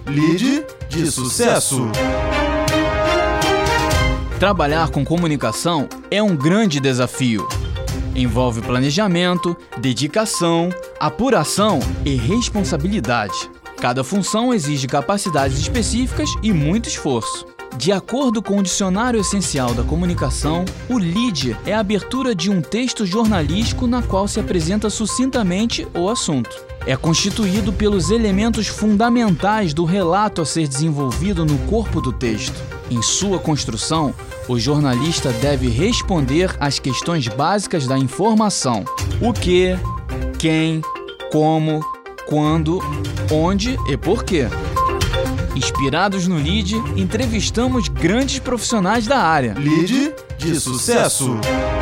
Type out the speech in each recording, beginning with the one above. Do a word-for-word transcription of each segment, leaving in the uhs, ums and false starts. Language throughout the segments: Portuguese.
Lead de sucesso. Trabalhar com comunicação é um grande desafio. Envolve planejamento, dedicação, apuração e responsabilidade. Cada função exige capacidades específicas e muito esforço. De acordo com o Dicionário Essencial da Comunicação, o lead é a abertura de um texto jornalístico na qual se apresenta sucintamente o assunto. É constituído pelos elementos fundamentais do relato a ser desenvolvido no corpo do texto. Em sua construção, o jornalista deve responder às questões básicas da informação: o que, quem, como, quando, onde e por quê. Inspirados no lead, entrevistamos grandes profissionais da área. Lead de sucesso.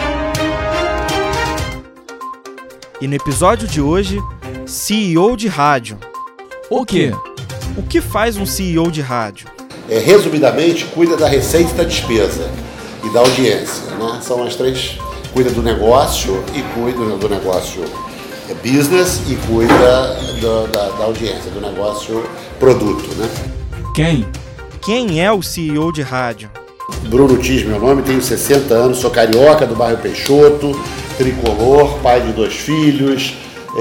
E no episódio de hoje, C E O de rádio. O quê? O que faz um C E O de rádio? É, resumidamente, cuida da receita e da despesa e da audiência, né? São as três. Cuida do negócio e cuida do negócio business e cuida do, da, da audiência, do negócio produto, né? Quem? Quem é o C E O de rádio? Bruno Tis, meu nome, tenho sessenta anos, sou carioca do bairro Peixoto, tricolor, pai de dois filhos,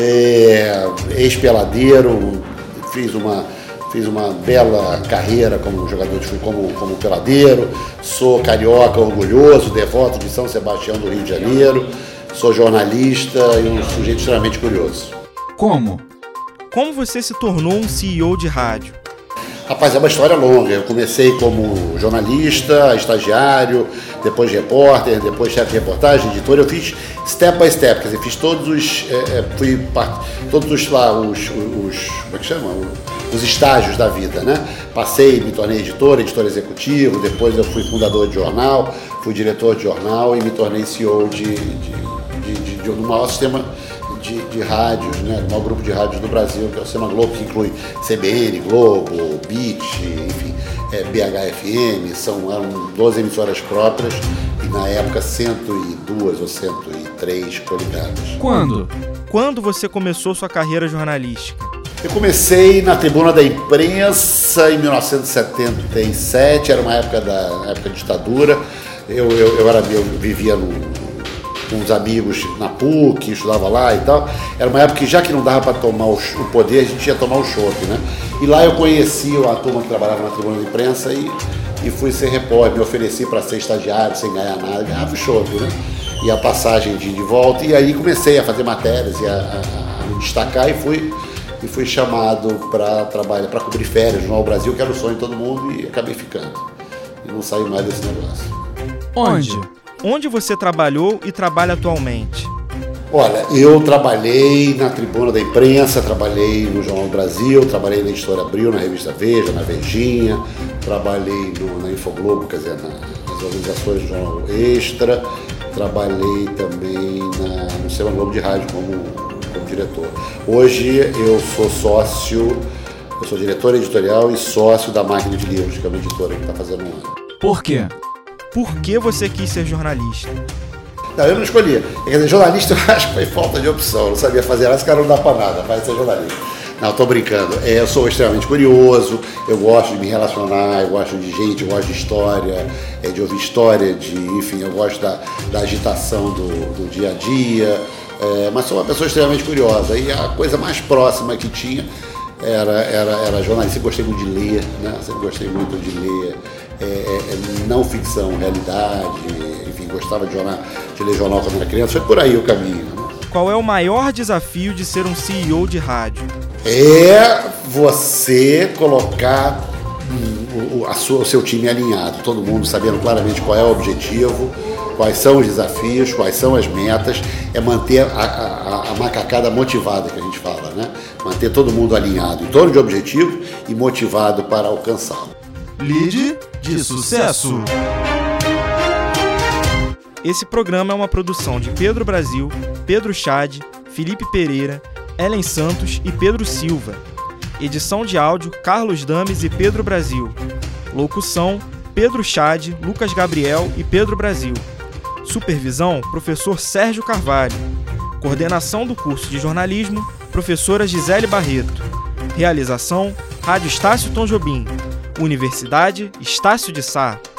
é, ex-peladeiro, fiz uma, fiz uma bela carreira como jogador de futebol, como, como peladeiro, sou carioca orgulhoso, devoto de São Sebastião do Rio de Janeiro, sou jornalista e um sujeito extremamente curioso. Como? Como você se tornou um C E O de rádio? Rapaz, é uma história longa. Eu comecei como jornalista, estagiário, depois repórter, depois chefe de reportagem, editor. Eu fiz step by step, quer dizer, fiz todos os, é, fui todos os lá, os, os, como é que chama? Os estágios da vida, né? Passei, me tornei editor, editor executivo, depois eu fui fundador de jornal, fui diretor de jornal e me tornei C E O de, de, de, de, de, do maior sistema De, de rádios, né, o maior grupo de rádios do Brasil, que é o Sistema Globo, que inclui C B N, Globo, B I T, enfim, é, B H F M, são, eram doze emissoras próprias e na época cento e duas ou cento e três coligadas. Quando? Quando você começou sua carreira jornalística? Eu comecei na Tribuna da Imprensa em mil novecentos e setenta e sete, era uma época da época da ditadura, eu, eu, eu, era, eu vivia no com uns amigos na P U C, estudava lá e tal. Era uma época que, já que não dava para tomar o, o poder, a gente ia tomar o chopp, né? E lá eu conheci a turma que trabalhava na Tribuna da Imprensa e, e fui ser repórter. Me ofereci para ser estagiário sem ganhar nada, ganhava o chopp, né? E a passagem de, de volta. E aí comecei a fazer matérias e a, a, a me destacar e fui, e fui chamado para trabalhar, para cobrir férias no Jornal Brasil, que era o sonho de todo mundo, e acabei ficando. E não saí mais desse negócio. Onde? Onde você trabalhou e trabalha atualmente? Olha, eu trabalhei na Tribuna da Imprensa, trabalhei no Jornal Brasil, trabalhei na Editora Abril, na Revista Veja, na Vejinha, trabalhei no, na Infoglobo, quer dizer, na, nas organizações do Jornal Extra, trabalhei também na, no Sistema Globo de Rádio como, como diretor. Hoje eu sou sócio, eu sou diretor editorial e sócio da Máquina de Livros, que é uma editora que está fazendo um ano. Por quê? Por que você quis ser jornalista? Não, eu não escolhi. Quer dizer, jornalista eu acho que foi falta de opção. Eu não sabia fazer essa, cara, não dá pra nada, vai ser jornalista. Não, estou brincando. É, eu sou extremamente curioso, eu gosto de me relacionar, eu gosto de gente, eu gosto de história, é, de ouvir história, de, enfim, eu gosto da, da agitação do, do dia a dia, é, mas sou uma pessoa extremamente curiosa. E a coisa mais próxima que tinha era, era, era jornalista. Eu gostei muito de ler, né? Sempre gostei muito de ler. É, é, não ficção, realidade, enfim, gostava de, jornal, de ler jornal quando era criança, foi por aí o caminho. Né? Qual é o maior desafio de ser um C E O de rádio? É você colocar o, a sua, o seu time alinhado, todo mundo sabendo claramente qual é o objetivo, quais são os desafios, quais são as metas, é manter a, a, a macacada motivada, que a gente fala, né? Manter todo mundo alinhado em torno de objetivo e motivado para alcançá-lo. Lead de sucesso. Esse programa é uma produção de Pedro Brasil, Pedro Chade, Felipe Pereira, Ellen Santos e Pedro Silva. Edição de áudio Carlos Dames e Pedro Brasil. Locução Pedro Chade, Lucas Gabriel e Pedro Brasil. Supervisão professor Sérgio Carvalho. Coordenação do curso de jornalismo professora Gisele Barreto. Realização: Rádio Estácio Tom Jobim. Universidade Estácio de Sá.